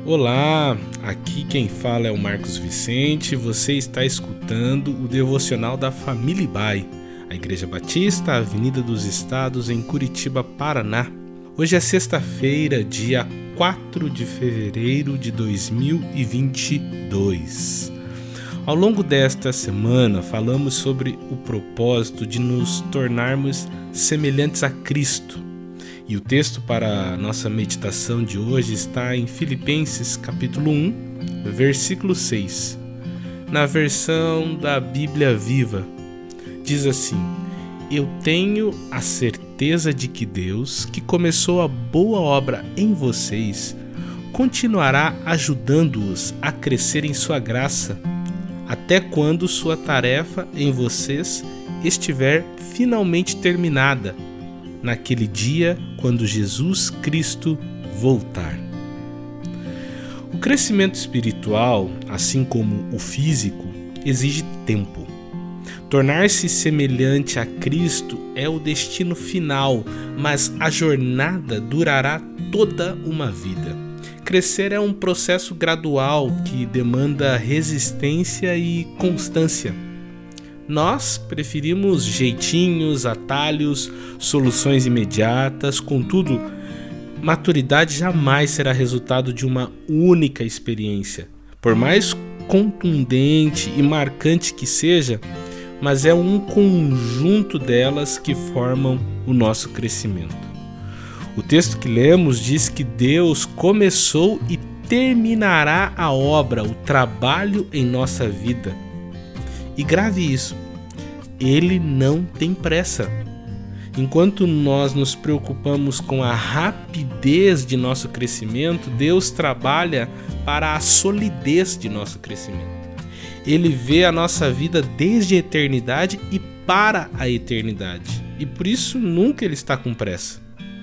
Olá, aqui quem fala é o Marcos Vicente. Você está escutando o Devocional da Família Ibai, a Igreja Batista, Avenida dos Estados, em Curitiba, Paraná. Hoje é sexta-feira, dia 4 de fevereiro de 2022. Ao longo desta semana, falamos sobre o propósito de nos tornarmos semelhantes a Cristo. E o texto para a nossa meditação de hoje está em Filipenses capítulo 1, versículo 6. Na versão da Bíblia Viva, diz assim: Eu tenho a certeza de que Deus, que começou a boa obra em vocês, continuará ajudando-os a crescer em sua graça, até quando sua tarefa em vocês estiver finalmente terminada, naquele dia quando Jesus Cristo voltar. O crescimento espiritual, assim como o físico, exige tempo. Tornar-se semelhante a Cristo é o destino final, mas a jornada durará toda uma vida. Crescer é um processo gradual que demanda resistência e constância. Nós preferimos jeitinhos, atalhos, soluções imediatas. Contudo, maturidade jamais será resultado de uma única experiência. Por mais contundente e marcante que seja, mas é um conjunto delas que formam o nosso crescimento. O texto que lemos diz que Deus começou e terminará a obra, o trabalho em nossa vida. E grave isso, Ele não tem pressa. Enquanto nós nos preocupamos com a rapidez de nosso crescimento, Deus trabalha para a solidez de nosso crescimento. Ele vê a nossa vida desde a eternidade e para a eternidade. E por isso nunca Ele está com pressa.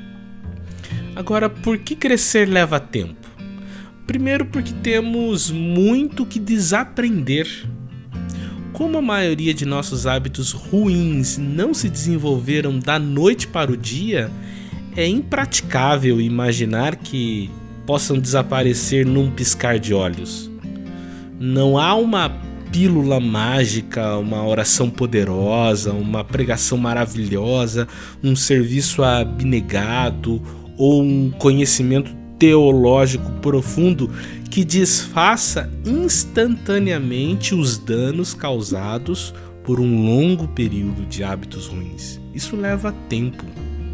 Agora, por que crescer leva tempo? Primeiro, porque temos muito que desaprender. Como a maioria de nossos hábitos ruins não se desenvolveram da noite para o dia, é impraticável imaginar que possam desaparecer num piscar de olhos. Não há uma pílula mágica, uma oração poderosa, uma pregação maravilhosa, um serviço abnegado ou um conhecimento teológico profundo que desfaça instantaneamente os danos causados por um longo período de hábitos ruins. Isso leva tempo.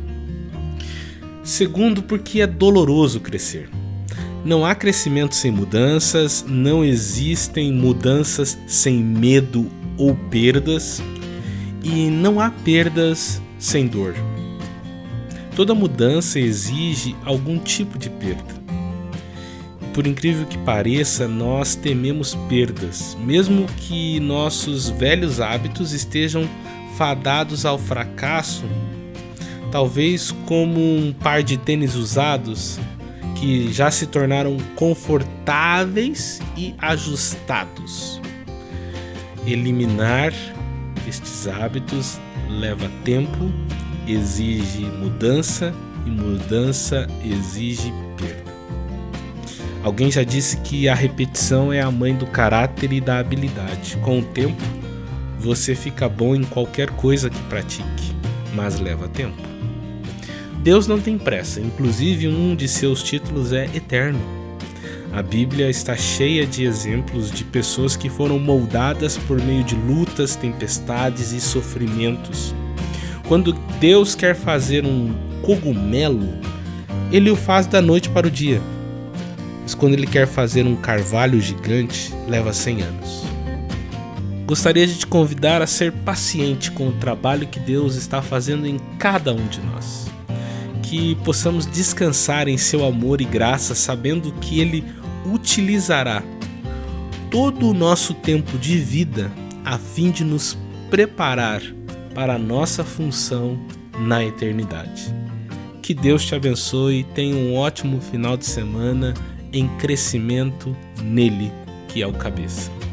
Segundo, porque é doloroso crescer. Não há crescimento sem mudanças, não existem mudanças sem medo ou perdas, e não há perdas sem dor. Toda mudança exige algum tipo de perda. Por incrível que pareça, nós tememos perdas, mesmo que nossos velhos hábitos estejam fadados ao fracasso, talvez como um par de tênis usados que já se tornaram confortáveis e ajustados. Eliminar estes hábitos leva tempo, exige mudança e mudança exige perda. Alguém já disse que a repetição é a mãe do caráter e da habilidade. Com o tempo, você fica bom em qualquer coisa que pratique, mas leva tempo. Deus não tem pressa, inclusive um de seus títulos é eterno. A Bíblia está cheia de exemplos de pessoas que foram moldadas por meio de lutas, tempestades e sofrimentos. Quando Deus quer fazer um cogumelo, Ele o faz da noite para o dia. Mas quando Ele quer fazer um carvalho gigante, leva 100 anos. Gostaria de te convidar a ser paciente com o trabalho que Deus está fazendo em cada um de nós. Que possamos descansar em seu amor e graça, sabendo que Ele utilizará todo o nosso tempo de vida a fim de nos preparar para a nossa função na eternidade. Que Deus te abençoe e tenha um ótimo final de semana em crescimento nele, que é o cabeça.